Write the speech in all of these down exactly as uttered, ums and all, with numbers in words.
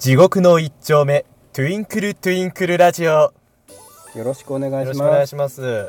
地獄の一丁目トゥインクルトゥインクルラジオ、よろしくお願いします。 ろしくお願いします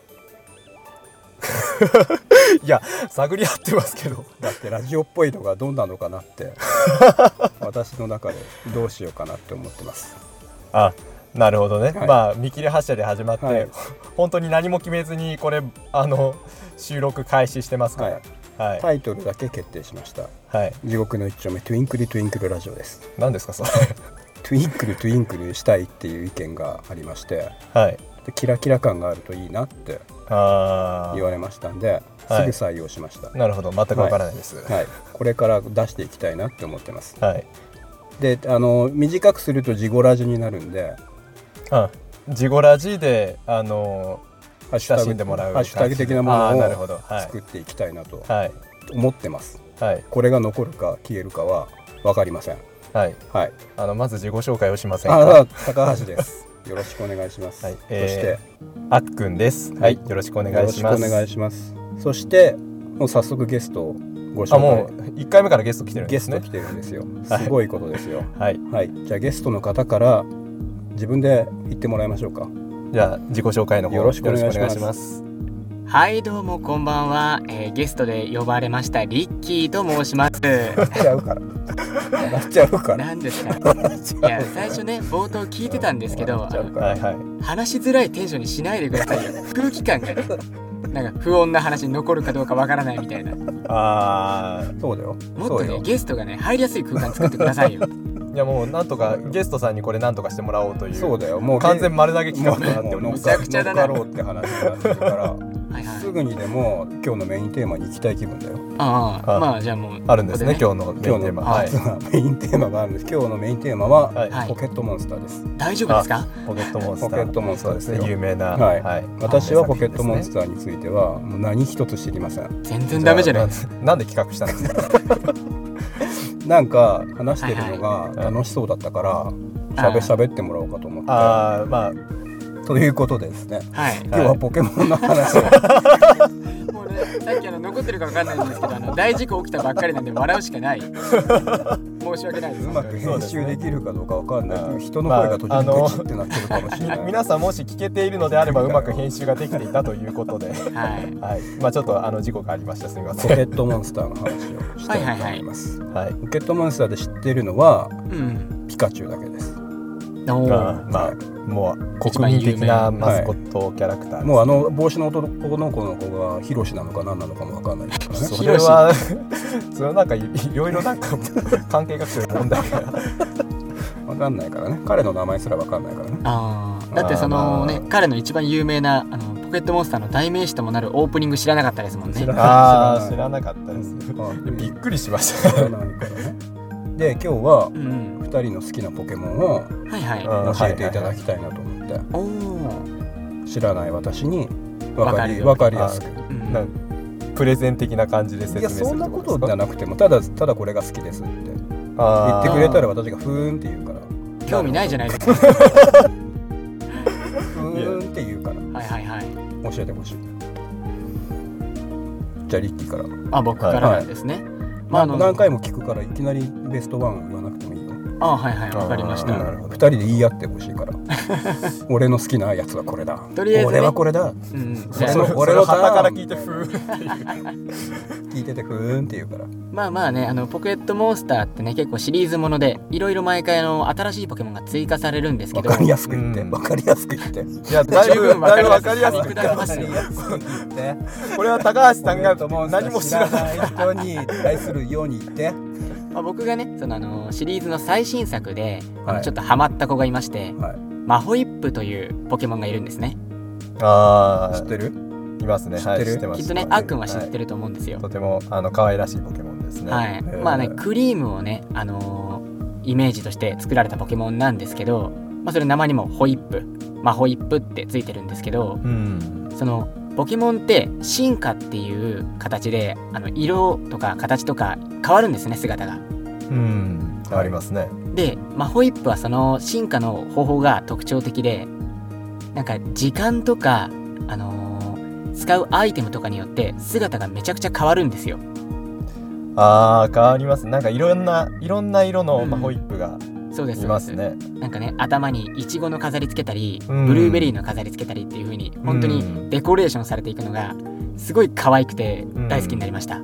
いや探り合ってますけど、 だってラジオっぽいのがどんなのかなって私の中でどうしようかなって思ってます。 あ、なるほどね、 はい、 まあ見切り発車で始まって、はい、本当に何も決めずにこれあの収録開始してますから、はいはい、タイトルだけ決定しました、はい、地獄の一丁目トゥインクルトゥインクルラジオです。 何ですかそれトゥインクルトゥインクルしたいっていう意見がありまして、 はい、 でキラキラ感があるといいなって言われましたんで、すぐ採用しました、 はい、なるほど、全くわからないです、 はいはい、これから出していきたいなって思ってます、 はい、 であの短くするとジゴラジになるんで、 あ、ジゴラジであのハッシュタグでもらうハッシュタグ的なものをはい、 作っていきたいなと思ってます、 はい、 これが残るか消えるかは分かりません。 はい、はい、あのまず自己紹介をしませんか。 あ、高橋ですよろしくお願いします、はい、 えー、 そしてあっくんです、はい、よろしくお願いします。 よろしくお願いします。そしてもう早速ゲストをご紹介。 あ、もういっかいめからゲスト来てるんですね。 ゲスト来てるんですよ、すごいことですよはい、 はい、じゃあゲストの方から自分で言ってもらいましょうか。 じゃあ自己紹介の方よろしくお願いします。 ます。はい、どうもこんばんは、えー、ゲストで呼ばれましたリッキーと申します。 笑っちゃうから笑っちゃうから何ですか。いや最初ね冒頭聞いてたんですけど、 はいはい、 話しづらいテンションにしないでくださいよ。空気感がねなんか不穏な話に残るかどうかわからないみたいな。 あー、そうだよ。 もっとねゲストがね入りやすい空間作ってくださいよ。 いやもうなんとかゲストさんにこれなんとかしてもらおうという。 そうだよ、もう完全丸投げ企画になっております。 めちゃくちゃだな。 乗っかろうって話になってるからはい、はい、すぐにでも今日のメインテーマに行きたい気分だよ。 ああ、まあじゃあもうあるんですね、今日のメインテーマ。 はい、メインテーマがあるんです。今日のメインテーマは、はい、ポケットモンスターです。 大丈夫ですか。 ポケットモンスター。 ポケットモンスターですね、 有名な、 はいはい、私はポケットモンスターについてはもう何一つ知りません。 全然ダメじゃないですか。 なんで企画したんですか。 なんか話してるのが楽しそうだったから喋しゃべってもらおうかと思って。 ああ、まあということでですね、 はい、 今日はポケモンの話をもうね、さっきあの残ってるか分かんないんですけど、あの大事故起きたばっかりなんで笑うしかない。申し訳ないです。 うまく編集できるかどうか分かんない、ね、人の声が途中でブチってなってるかもしれない、 まあ、皆さんもし聞けているのであればうまく編集ができていたということで、はいはい、まあ、ちょっとあの事故がありました、すみません。 ポケットモンスターの話をしたいと思います。 はいはいはい、 ポケットモンスターで知っているのは、 うん、 ピカチュウだけです。 あまあ、もう国民的なマスコットキャラクターです、ね、 もうあの帽子の男の子の子がヒロシなのか何なのかも分かんないですからね。 それはそれはなんかいろいろなんか関係がする問題が分かんないからね。彼の名前すら分かんないからね。 あだってそのね、彼の一番有名なあのポケットモンスターの代名詞ともなるオープニング知らなかったですもんね。 ああ、知らなかったです、うん、びっくりしました。 知らないからね。で今日はふたりの好きなポケモンを教えていただきたいなと思って、知らない私に分かり、分かりやすく、うん、 なんプレゼン的な感じで説明する。いやそんなことじゃなくてもただただこれが好きですって言ってくれたら私がふーんって言うから。 興味ないじゃないですか。ふーんって言うから、 はいはいはい、 教えてほしい。じゃあリッキーから。 あ、僕からなんですね、はい、 まあ、あの何回も聞くからいきなりベストワン言わなくてもいいよ。 ああ、はいはい、わかりました。 ふたりで言い合ってほしいから俺の好きなやつはこれだ、 とりあえず、ね、 俺はこれだ、うん、 俺の俺の旗から聞いてふーんって聞いててふーんって言うから。 まあまあね、あのポケットモンスターってね結構シリーズものでいろいろ毎回あの新しいポケモンが追加されるんですけど、 わかりやすく言ってわかりやすく言って。いやだいぶだいぶわかりやすく言ってますよ。 これは高橋さんが何も知らない人に対するように言って。 まあ、僕がねそのあのシリーズの最新作で、はい、あのちょっとハマった子がいまして、はい、マホイップというポケモンがいるんですね。 あー、知ってる？ いますね。 知ってる、 はい、知ってます。 きっとね、あっくんは知ってると思うんですよ。 はい、とてもあの可愛らしいポケモンですね。 はい。まあね、クリームをね、あのー、イメージとして作られたポケモンなんですけど、まあ、それ名前にもホイップ、マホイップってついてるんですけど、うん、そのポケモンって進化っていう形であの色とか形とか変わるんですね、姿が。 うん、ありますね。 で、マホイップはその進化の方法が特徴的で、なんか時間とか、あのー、使うアイテムとかによって姿がめちゃくちゃ変わるんですよ。 あー、変わります。なんかいろんないろんな色のマホイップがそうですいますね。 なんかね頭にイチゴの飾り付けたり、うん、ブルーベリーの飾り付けたりっていう風に本当にデコレーションされていくのがすごい可愛くて大好きになりました。うん、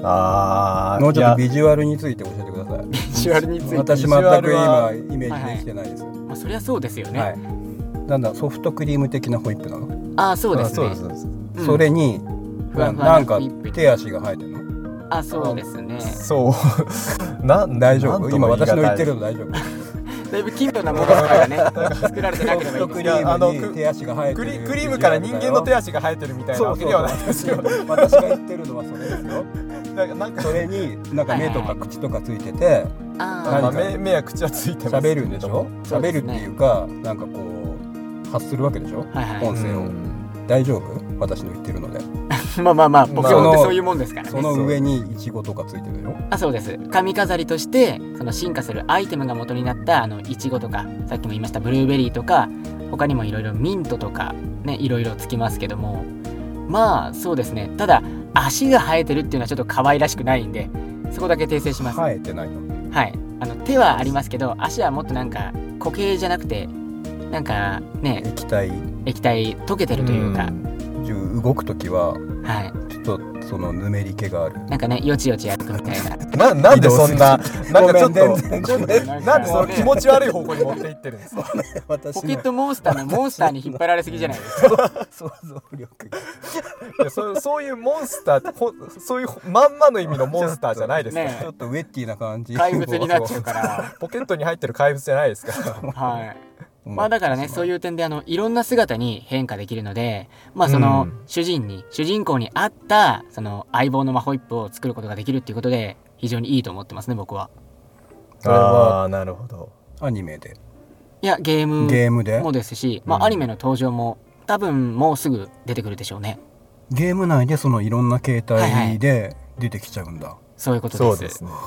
あもうちょっとビジュアルについて教えてください。 ビジュアルについて私全く今イメージできてないです。はいはい、 まあ、そりゃそうですよね。はい、 なんだソフトクリーム的なホイップなの？ あそうですね。 そ, そ, それに、うん、な, なんか手足が生えてるの？ あそうですね。 そうな大丈夫？今私の言ってるの大丈夫？ だいぶ奇妙なものがね作られてなければいいです。 クリームに手足が生えてるクリームから人間の手足が生えてるみたいなわけではないですよ。 私が言ってるのはそれですよ。なんかそれになんか目とか口とかついてて、はいはい、 あまあ、目, 目や口はついてます。 喋るんでしょ？喋るっていうかなんかこう発するわけでしょ？はいはい、音声を。大丈夫？私の言ってるので。 まあまあまあポケモンってそういうもんですからね。 その上にイチゴとかついてるよ。 あそうです。髪飾りとしてその進化するアイテムが元になったあのイチゴとかさっきも言いましたブルーベリーとか他にもいろいろミントとかねいろいろつきますけども、まあそうですね。ただ足が生えてるっていうのはちょっと可愛らしくないんでそこだけ訂正します。 生えてないの？ はい。あの手はありますけど足はもっとなんか固形じゃなくてなんかね液体液体溶けてるというか。うん動くときは、 はい、 ちょっとそのぬめり気がある。 なんかね、よちよちやるみたいな。 な, なんでそんな、なんかちょっと、なんでその気持ち悪い方向に持っていってるんですか。 ポケットモンスターのモンスターに引っ張られすぎじゃないですか。 想像力いやそ。そういうモンスター、そういうまんまの意味のモンスターじゃないですか。 ちょっとウェッティな感じ。 怪物になっちゃうから。 ポケットに入ってる怪物じゃないですか。 はい。まあだからねそういう点であのいろんな姿に変化できるので、まあその主人に、うん、主人公に合ったその相棒のマホイップを作ることができるっていうことで非常にいいと思ってますね僕は。 ああなるほど。 アニメで？ いやゲームゲームでもですし、まあアニメの登場も多分もうすぐ出てくるでしょうね。 ゲーム内でそのいろんな形態で出てきちゃうんだ。はいはい、 そういうことです。 そうですね。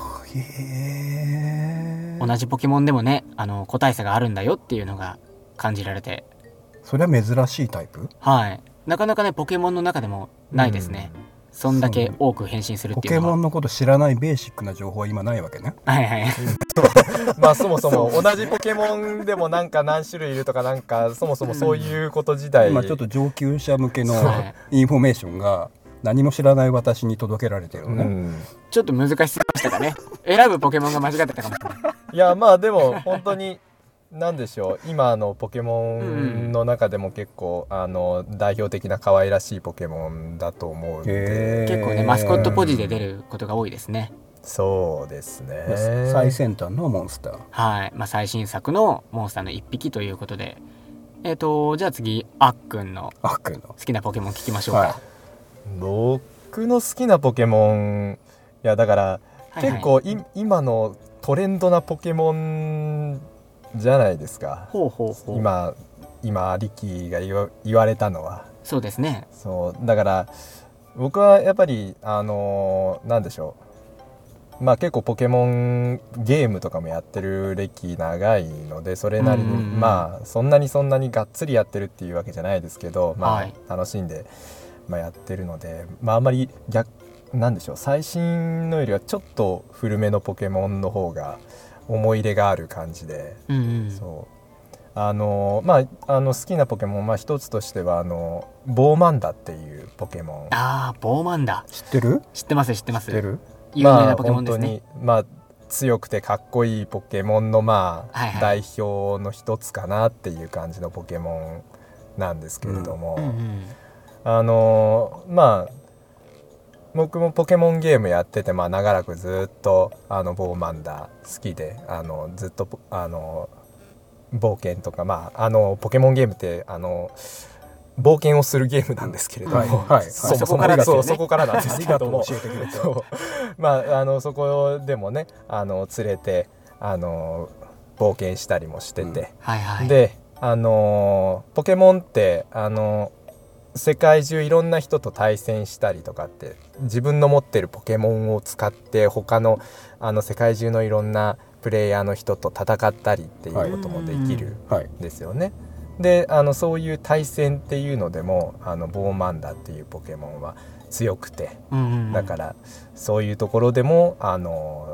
へ同じポケモンでもねあの個体差があるんだよっていうのが感じられて、 それは珍しいタイプ？ はいなかなかねポケモンの中でもないですね、うん、そんだけ多く変身するっていうのは。 ポケモンのこと知らないベーシックな情報は今ないわけね。 はいはいまあそもそも同じポケモンでもなんか何種類いるとかなんかそもそもそういうこと自体、 今、うん、ちょっと上級者向けのインフォメーションが何も知らない私に届けられてるのね、うん、 ちょっと難しすぎましたかね選ぶポケモンが間違ってたかもしれない。 いやまあでも本当に何でしょう今のポケモンの中でも結構、うん、あの代表的な可愛らしいポケモンだと思うんで、 結構ねマスコットポジで出ることが多いですね。 そうですね。 最先端のモンスター、 はい、まあ、最新作のモンスターの一匹ということで、えーとじゃあ次あっくんの好きなポケモン聞きましょうか。はい、 僕の好きなポケモンいやだから、はいはい、結構い今のトレンドなポケモンじゃないですか。 ほうほうほう。 今今リキが 言, 言われたのはそうですね。 そうだから僕はやっぱりあのー、なんでしょうまあ結構ポケモンゲームとかもやってる歴長いのでそれなりに、うんうんうん、まあそんなにそんなにがっつりやってるっていうわけじゃないですけどまあ、はい、楽しんで、まあ、やってるのでまああんまり逆なんでしょう最新のよりはちょっと古めのポケモンの方が思い入れがある感じで、うんうん、そうあのまああの好きなポケモン、まあ、一つとしてはあのボーマンダっていうポケモン。 ああボーマンダ知ってる？ 知ってます知ってます。 知ってる？ 有名なポケモンですね。まあ、本当にまあ強くてかっこいいポケモンのまあ、はいはい、代表の一つかなっていう感じのポケモンなんですけれども、うんうんうん、あのまあ僕もポケモンゲームやってて、まあ、長らくずっとあのボーマンダ好きであのずっとあの冒険とか、まあ、あのポケモンゲームってあの冒険をするゲームなんですけれども、はいはい、そもそもからですよね。そうそこからなんですけども教えてくれてまああのそこでもねあの連れてあの冒険したりもしてて、うんはいはい、であのポケモンってあの世界中いろんな人と対戦したりとかって自分の持ってるポケモンを使って他のあの世界中のいろんなプレイヤーの人と戦ったりっていうこともできるんですよね。であのそういう対戦っていうのでもあのボーマンダっていうポケモンは強くて、だからそういうところでもあの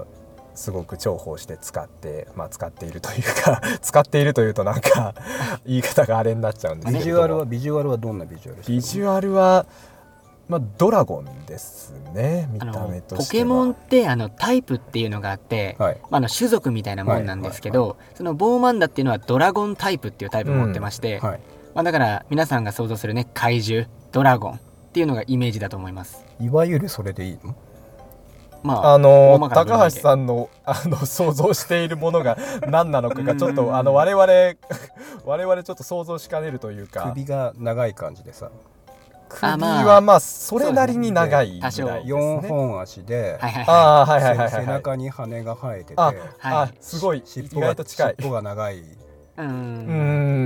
すごく重宝して使って、まあ、使っているというか使っているというとなんか言い方があれになっちゃうんですけど、 ビジュアルはビジュアルはどんなビジュアルですか？ ビジュアルは、まあ、ドラゴンですね、見た目としては。 ポケモンってあのタイプっていうのがあって、はい、まあ、あの種族みたいなもんなんですけど、はいはいはい、そのボーマンダっていうのはドラゴンタイプっていうタイプを持ってまして、うん、はい、まあ、だから皆さんが想像するね怪獣ドラゴンっていうのがイメージだと思います。 いわゆるそれでいいの？ まあ、あの高橋さんのあの想像しているものが何なのかがちょっとあの我々我々ちょっと想像しかねるというか、 首が長い感じでさ、 首はまあそれなりに長いぐらいですね。 よんほん足で、 ああはいはいはい、 背中に羽が生えてて、 ああすごい意外と近い。 尻尾が長い。 うん、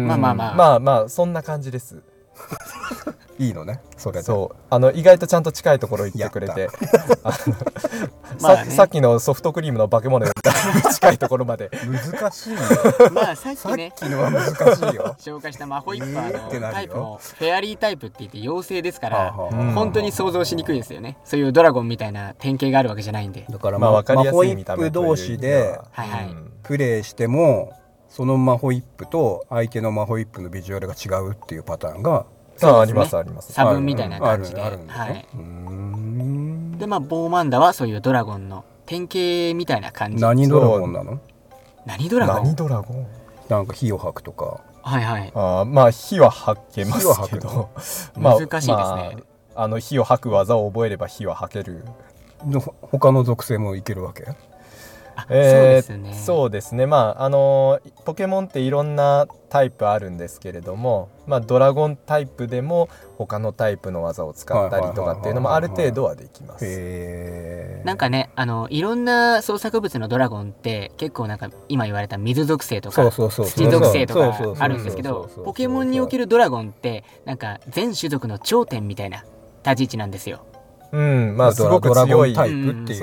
まあまあまあまあまあそんな感じです。 いいのね、それで。 そう、あの意外とちゃんと近いところ行ってくれてさ, さっきのソフトクリームの化け物より近いところまで難しいよ。 まあさっきねさっきのは難しいよ紹介したマホイッパーのタイプもフェアリータイプって言って妖精ですから、本当に想像しにくいですよね。そういうドラゴンみたいな典型があるわけじゃないんで。 だから、まあ、マホイップ同士でプレイしてもそのマホイップと相手のマホイップのビジュアルが違うっていうパターンがあありますあります。 差分みたいな感じで、 あるんですね。うーん。 でまあボーマンダはそういうドラゴンの典型みたいな感じ。 何ドラゴンなの？ 何ドラゴン？ 何ドラゴン？ なんか火を吐くとか。 はいはい。 あまあ火は吐けますけど、 まあ、難しいですね。まあ、あの火を吐く技を覚えれば火は吐ける。 の他の属性もいけるわけ？ えー、そうですね。そうですね。まああのポケモンっていろんなタイプあるんですけれども、まあドラゴンタイプでも他のタイプの技を使ったりとかっていうのもある程度はできます。 へー。 なんかね、あのいろんな創作物のドラゴンって結構なんか今言われた水属性とか土属性とかあるんですけど、ポケモンにおけるドラゴンってなんか全種族の頂点みたいな立ち位置なんですよ。 うん、まあすごく強いタイプっていう。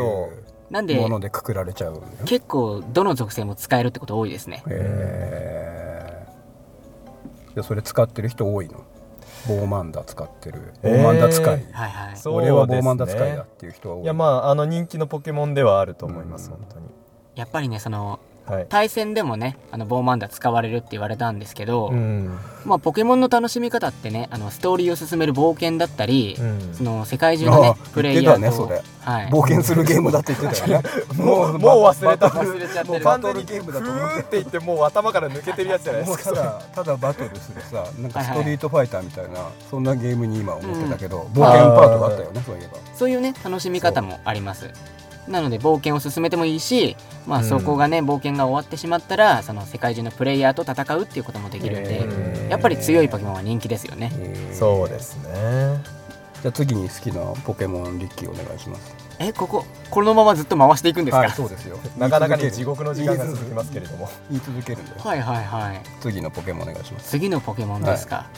なんでものでくくられちゃう、ね、 結構どの属性も使えるってこと多いですね。 へえ。それ使ってる人多いの？ボーマンダ使ってるボーマンダ使い、はいはい、俺はボーマンダ使いだっていう人は多い。 いやまああの人気のポケモンではあると思います、うん、本当に。 やっぱりねそのはい、対戦でもねあのボーマンダ使われるって言われたんですけど、うん、まあ、ポケモンの楽しみ方ってねあのストーリーを進める冒険だったり、うん、その世界中のねプレイヤーと、 ねそれはい、冒険するゲームだって言ってたよねもうもう忘れた忘れちゃってる。 バトルゲームだと思ってって言ってもう頭から抜けてるやつじゃないですか。 ただただバトルするさなんかストリートファイターみたいな、はいはい、そんなゲームに今思ってたけど、うん、冒険パートがあったよね。そういえばそういうね楽しみ方もあります。なので冒険を進めてもいいし、まあ、そこがね、うん、冒険が終わってしまったらその世界中のプレイヤーと戦うっていうこともできるんで、えー、やっぱり強いポケモンは人気ですよね、 えー、そうですね。 じゃあ次に好きなポケモンリッキーお願いします。 えこここのままずっと回していくんですか？ はい、そうですよ。 なかなかに地獄の時間が続きますけれども言い続けるんで。 はいはいはい。 次のポケモンお願いします。 次のポケモンですか、はい、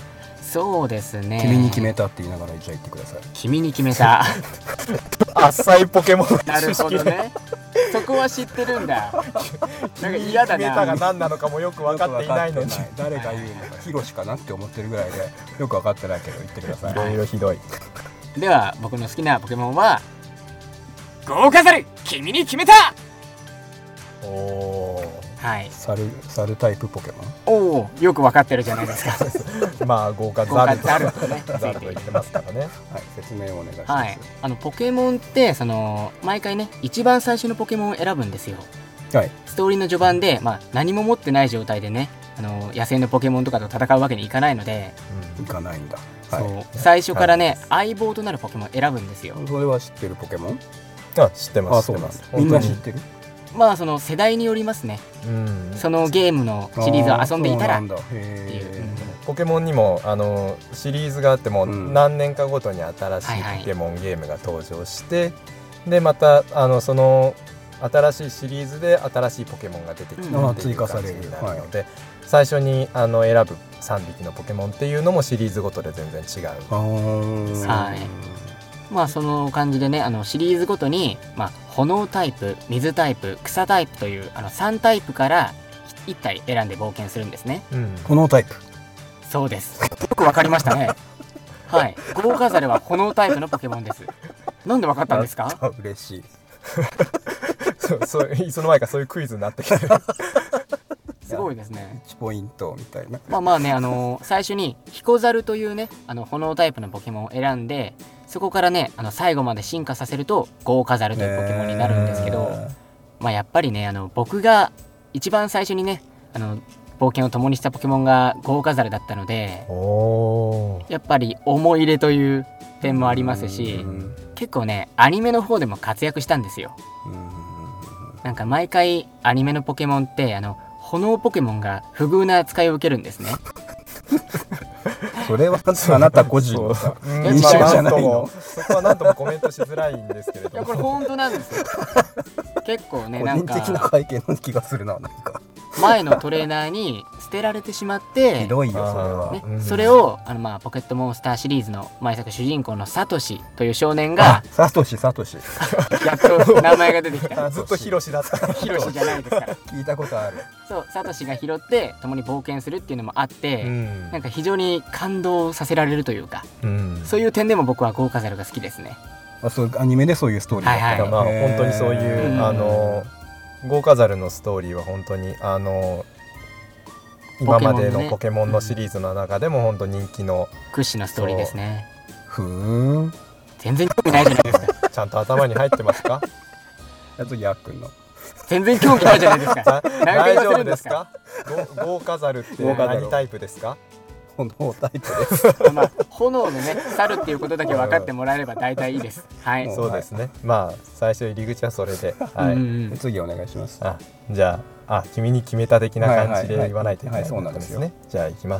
そうですね。 君に決めたって言いながらじゃあ言ってください。 君に決めた浅いポケモン。 なるほどね。そこは知ってるんだ。なんか嫌だな。 決めたが何なのかもよく分かっていないのに誰が言うのかヒロシかなって思ってるぐらいでよく分かってないけど言ってください。 いろいろひどい。 では僕の好きなポケモンはゴーカザル君に決めた。 おお。 はい。 サルサルタイプポケモン。おおよく分かってるじゃないですか。 まあゴーカザルとザルとねザルと言ってますからね。はい、 説明をお願いします。 はい。あのポケモンってその毎回ね一番最初のポケモンを選ぶんですよ。はい。ストーリーの序盤でまあ何も持ってない状態でねあの野生のポケモンとかと戦うわけにいかないので。 うん、いかないんだ。 そう、はい、最初からね、はい、相棒となるポケモンを選ぶんですよ。 それは知ってるポケモン？ あ、知ってます。 あ、そうなんです。みんな知ってる？ まあその世代によりますね。うん、そのゲームのシリーズを遊んでいたらっていう。 ポケモンにもあのシリーズがあっても何年かごとに新しいポケモンゲームが登場して、はいはい、でまたあのその新しいシリーズで新しいポケモンが出てきてっていう感じになるので、はい、最初にあの選ぶさんびきのポケモンっていうのもシリーズごとで全然違う。 はい。まあその感じでねあのシリーズごとに、まあ、炎タイプ水タイプ草タイプというあのさんタイプからいったい選んで冒険するんですね、 うん、炎タイプ。 そうです。よくわかりましたね。はい。ゴーカザルは炎タイプのポケモンです。なんでわかったんですか？ 嬉しいそ, そ, いつの間にかそういうクイズになってきてるすごいですね。 いちポイントみたいな。 まあまあね、あのー、最初にヒコザルというね、あの炎タイプのポケモンを選んで、そこからね、あの最後まで進化させるとゴーカザルというポケモンになるんですけど、えー、まあやっぱりね、あの僕が一番最初にね、あの冒険を共にしたポケモンがゴーカザルだったので、おやっぱり思い入れという点もありますし、結構ねアニメの方でも活躍したんですよ。なんか毎回アニメのポケモンってあの炎ポケモンが不遇な扱いを受けるんですね。 それはあなた個人のさ印象じゃないの？ そこは何ともコメントしづらいんですけれども、 いやこれ本当なんですよ。結構ね、なんか個人的な会見の気がするな。なんか前のトレーナーに捨てられてしまってひどいよそれは、 ね、うん、それをあの、まあ、ポケットモンスターシリーズの前作主人公のサトシという少年がサトシサトシやっと名前が出てきた。 ずっとヒロシだったヒロシじゃないですから聞いたことある。 そうサトシが拾って共に冒険するっていうのもあって、うん、なんか非常に感動させられるというか、うん、そういう点でも僕はゴーカザルが好きですね。 あ、そうアニメでそういうストーリーだった、はいはい、 まあ、本当にそういう、うん、あのゴーカザルのストーリーは本当にあの今までのポケモンのシリーズの中でも本当人気の屈指のストーリーですね。 ふーん、 全然興味ないじゃないですか。 ちゃんと頭に入ってますか？ あとヤックンの全然興味ないじゃないですか。 大丈夫ですか？ゴーカザルって何タイプですか？ 炎タイプです。 まあ炎のね猿っていうことだけ分かってもらえれば大体いいです。はい。 そうですね。まあ最初入り口はそれで、はい。うんうん、次お願いします。 あ、じゃあ、あ、君に決めた的な感じで言わないといけないんですね。じゃあ行きます。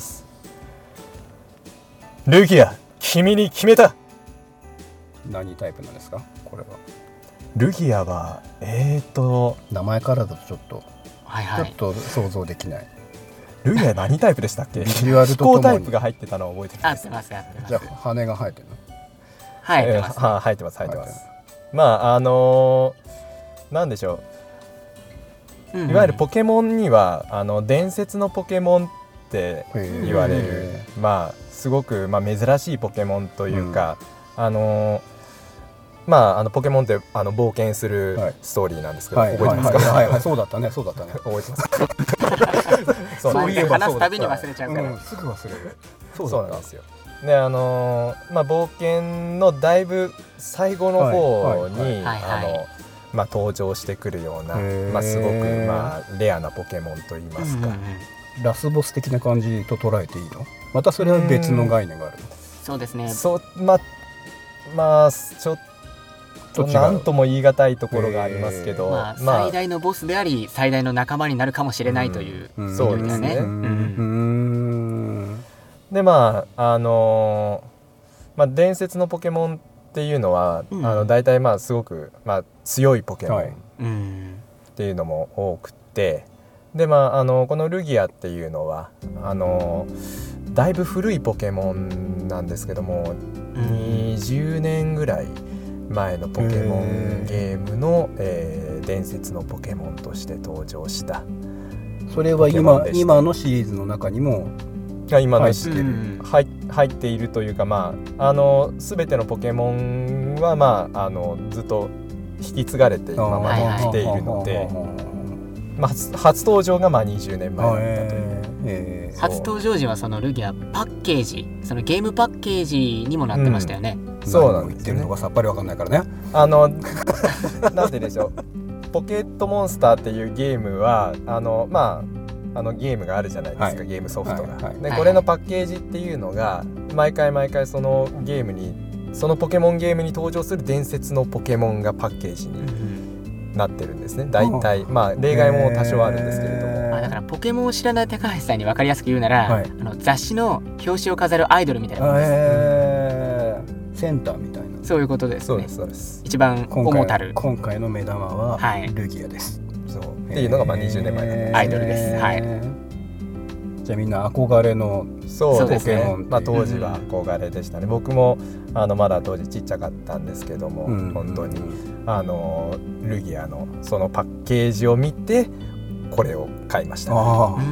ルギア、君に決めた。 何タイプなんですか？これは。 ルギアはえーと名前からだとちょっと、 はいはい、 ちょっと想像できない。 ルギア何タイプでしたっけ？ ビジュアルとともに飛行タイプが入ってたのを覚えてるんです。 あ、ますあじゃあ羽が生えてるの？ 生えてます、ね。 は生えてます生えてます。まああのー、なんでしょう、うんうん、いわゆるポケモンにはあの伝説のポケモンって言われる、まあすごくまあ珍しいポケモンというか、うん、あのー、まああのポケモンってあの冒険するストーリーなんですけど、はい、覚えてますか？ はいはいはいはい、そうだったねそうだったね覚えてます。 そういえば話すたびに忘れちゃうから、 うん、すぐ忘れる。 そうそうなんですよ。であのーまあ、冒険のだいぶ最後の方に登場してくるような、まあ、すごく、まあ、レアなポケモンといいますか、うんうんうん、ラスボス的な感じと捉えていいの？またそれは別の概念があるの？ そうですね。 そう、まあ、まあちょっと何とも言い難いところがありますけど、 まあ、最大のボスであり最大の仲間になるかもしれないという、 うん、そうですね。うんうんでまああのーまあ、伝説のポケモンっていうのは、うん、あの大体まあすごく、まあ、強いポケモンっていうのも多くて、で、まあ、あのこのルギアっていうのはあのだいぶ古いポケモンなんですけども、うん、にじゅうねんぐらい前のポケモンゲームの、えー、伝説のポケモンとして登場した。 それは 今, 今のシリーズの中にもが今の知ってる、うん、入, 入っているというか、まあ、あの全てのポケモンは、まあ、あのずっと引き継がれて今まで来ているので、まあ、初, 初登場がまあにじゅうねんまえだったという、 えー、初登場時はそのルギアパッケージ、そのゲームパッケージにもなってましたよね、 うん、そうなんですよね。言ってるのがさっぱり分かんないからね。 あのなんででしょう、ポケットモンスターっていうゲームはあのまああのゲームがあるじゃないですか、はい、ゲームソフトが、はいはい、でこれのパッケージっていうのが毎回毎回そのゲームにそのポケモンゲームに登場する伝説のポケモンがパッケージになってるんですね。大体、まあ例外も多少あるんですけれども、 あだからポケモンを知らない高橋さんに分かりやすく言うなら、はい、あの雑誌の表紙を飾るアイドルみたいなものです、 えー、センターみたいな、 そういうことですね。 そうですそうです。 一番主たる今回の目玉はルギアです、はい、 そうっていうのがまあにじゅうねんまえのアイドルです、はい。 じゃあみんな憧れのそうですね、ポケモン、まあ、当時は憧れでしたね、うん、僕もあのまだ当時ちっちゃかったんですけども、うん、本当にあのルギアのそのパッケージを見てこれを買いました、ね。あ、うんうんうん、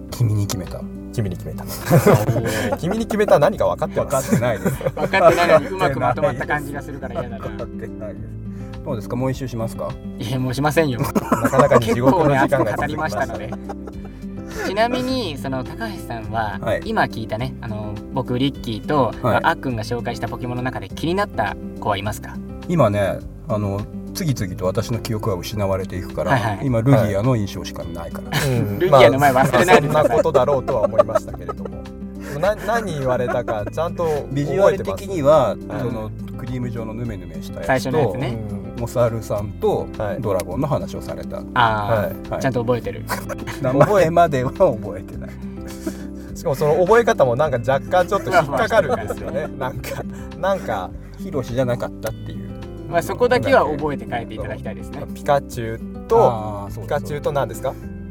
君に決めた君に決めた君に決めた何か分かってます？ 分かってないです分かってないのにうまくまとまった感じがするから嫌だな。 分かってないです。 どうですか、もう一周しますか？ いやもうしませんよ。 なかなかに地獄の時間が続きましたので。ちなみにその高橋さんは、はい、今聞いたね、あの僕リッキーと、はい、あっくんが紹介したポケモンの中で気になった子はいますか？ 今ね、あの次々と私の記憶は失われていくから、はいはい、今ルギアの印象しかないから、はい、 うん、ルギアの前忘れないでください。 まあ、そんなことだろうとは思いましたけれどもな何言われたかちゃんと覚えてます。 ビジュアル的には、はい、そのクリーム状のヌメヌメしたやつと最初のやつね、うん、モサルさんとドラゴンの話をされた、はい、 あ、はい、ちゃんと覚えてる。 名前までは覚えてない。 しかもその覚え方もなんか若干ちょっと引っかかるんですよね。なんかなんかヒロシじゃなかったっていう、 まあ、そこだけは覚えて帰っていただきたいですね。 ピカチュウとピカチュウと何ですか？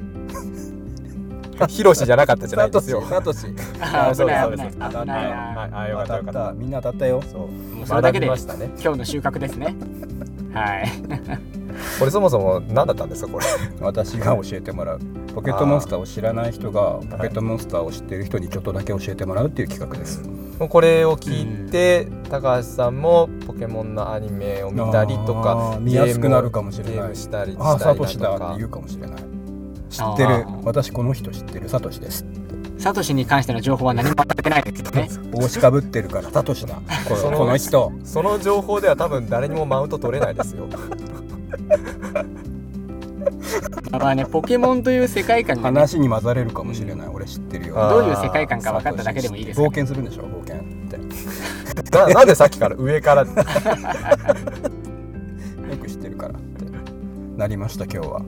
ヒロシじゃなかったじゃないですよ。 サトシ。 ああ、そうですそうです。 危ないな。はい、よかったよかった。 みんな当たったよ。 そう。もうそれだけで今日の収穫ですね。はい。 これそもそも何だったんですかこれ？ 私が教えてもらう。ポケットモンスターを知らない人がポケットモンスターを知っている人にちょっとだけ教えてもらうっていう企画です。 これを聞いて、高橋さんもポケモンのアニメを見たりとか、 見やすくなるかもしれない。 ゲームしたりしたりあ、サトシだって言うかもしれない。知ってる、私この人知ってる、サトシです。 サトシに関しての情報は何も与えてないですよね。 帽子かぶってるからサトシだ。この、この人。 その情報では多分誰にもマウント取れないですよ。 まあね、ポケモンという世界観が、ね、 話に混ざれるかもしれない。俺知ってるよ。 どういう世界観か分かっただけでもいいです、 ね。冒険するんでしょ、冒険ってな, なんでさっきから上からよく知ってるからってなりました今日は。うん、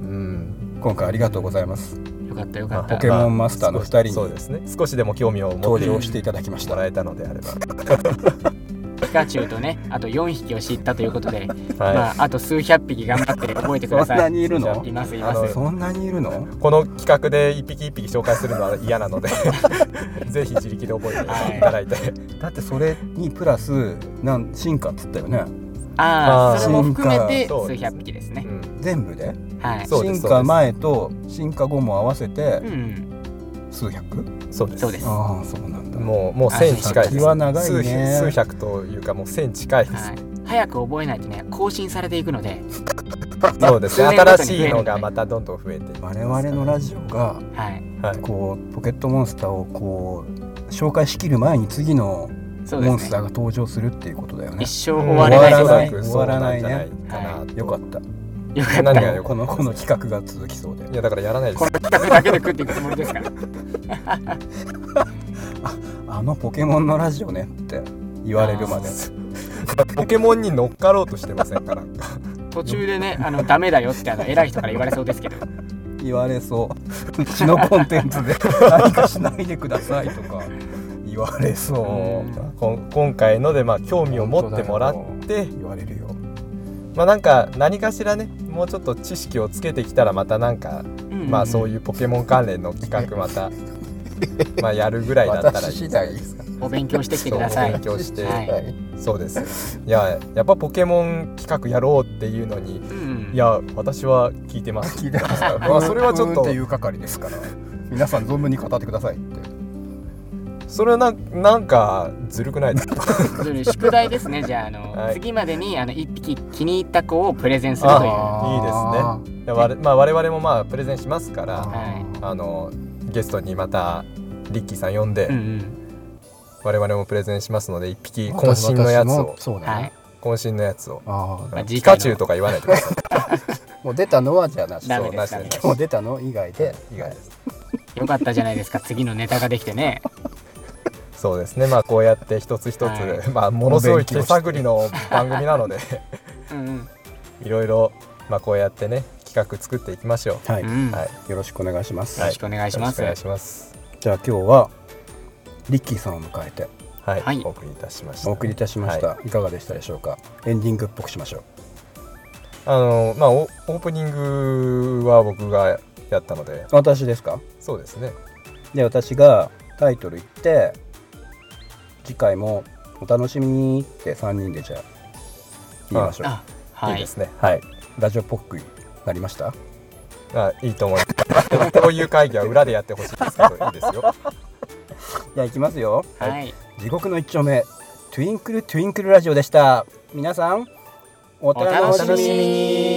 今回ありがとうございます。 よかったよかった。 ポケモンマスターのふたりに、 そうですね、少しでも興味を持って登場していただきました。 もらえたのであればピカチュウとね、あとよんひきを知ったということで、はい、まあ、あと数百匹頑張って覚えてください。 そんなにいるの？ いますいます。 そんなにいるの？ この企画で一匹一匹紹介するのは嫌なのでぜひ自力で覚えていただいて、はい、 だってそれにプラスなん進化っつったよね。 ああ、それも含めて数百匹ですね、うん、 全部で、 はい、 進化前と進化後も合わせて数百、うん、 そうです。 そうです。 ああ、そうなんだ。 もうもう千近いです。 先は長いね。 数百というかもう千近いです、はい、 早く覚えないとね、更新されていくのでそうですね、新しいのがまたどんどん増えています。 我々のラジオが、はい、こうポケットモンスターをこう紹介しきる前に次のモンスターが登場するっていうことだよね。 一生終われないです。終わらないね。はい、よかった。 よかった。何がこのこの企画が続きそうで。 いやだからやらないです。 この企画だけで食っていくつもりですからあ, あのポケモンのラジオねって言われるまでポケモンに乗っかろうとしてませんか？なんか途中でね、あのダメだよってあの偉い人から言われそうですけど言われそう。うちのコンテンツで何かしないでくださいとか言われそう。 こ今回のでまあ興味を持ってもらって言われるよ。 まあなんか何かしらね、もうちょっと知識をつけてきたらまたなんか、うんうん、まあそういうポケモン関連の企画またまあやるぐらいだったらいいですか。 お勉強してきてください。 お勉強して、はい、そうです。いややっぱポケモン企画やろうっていうのに、うん、いや私は聞いてます。 聞いてますか。まあそれはちょっとっていう係ですから、皆さん存分に語ってくださいって。 それは な, なんかずるくないですか？ 宿題ですね。じゃあ、あの、はい、次までにあのいっぴき気に入った子をプレゼンするという。いいですね。我, まあ、我々もまあプレゼンしますから、はい、あのゲストにまたリッキーさん呼んで、うんうん、我々もプレゼンしますので、いっぴき渾身のやつを、 そうだね、 渾身のやつを、あ、ピカチュウとか言わないでください。 もう出たのはじゃあなし。 ダメです。ダメです。 もう出たの以外で以外です。 よかったじゃないですか。次のネタができてね。 そうですね、まあこうやって一つ一つ、はい、まあものすごい手探りの番組なのでうん、うん、いろいろまあこうやってね企画作っていきましょう。 はい、はい、よろしくお願いします。 よろしくお願いします。 お願いします。 じゃあ今日はリッキーさんを迎えて、 はい、はい、お送りいたしました。 お送りいたしました、はい。いかがでしたでしょうか。エンディングっぽくしましょう。 あのまあオープニングは僕がやったので。 私ですか。 そうですね。 で私がタイトル言って次回もお楽しみにってさんにんでじゃあ言いましょう。 あ、はい、 いいですね。 はい。ラジオっぽくなりました。 あ、いいと思います。こういう会議は裏でやってほしいですけどいいですよ。 じゃあいきますよ。 はい。 地獄の一丁目トゥインクルトゥインクルラジオでした。皆さんお楽しみに。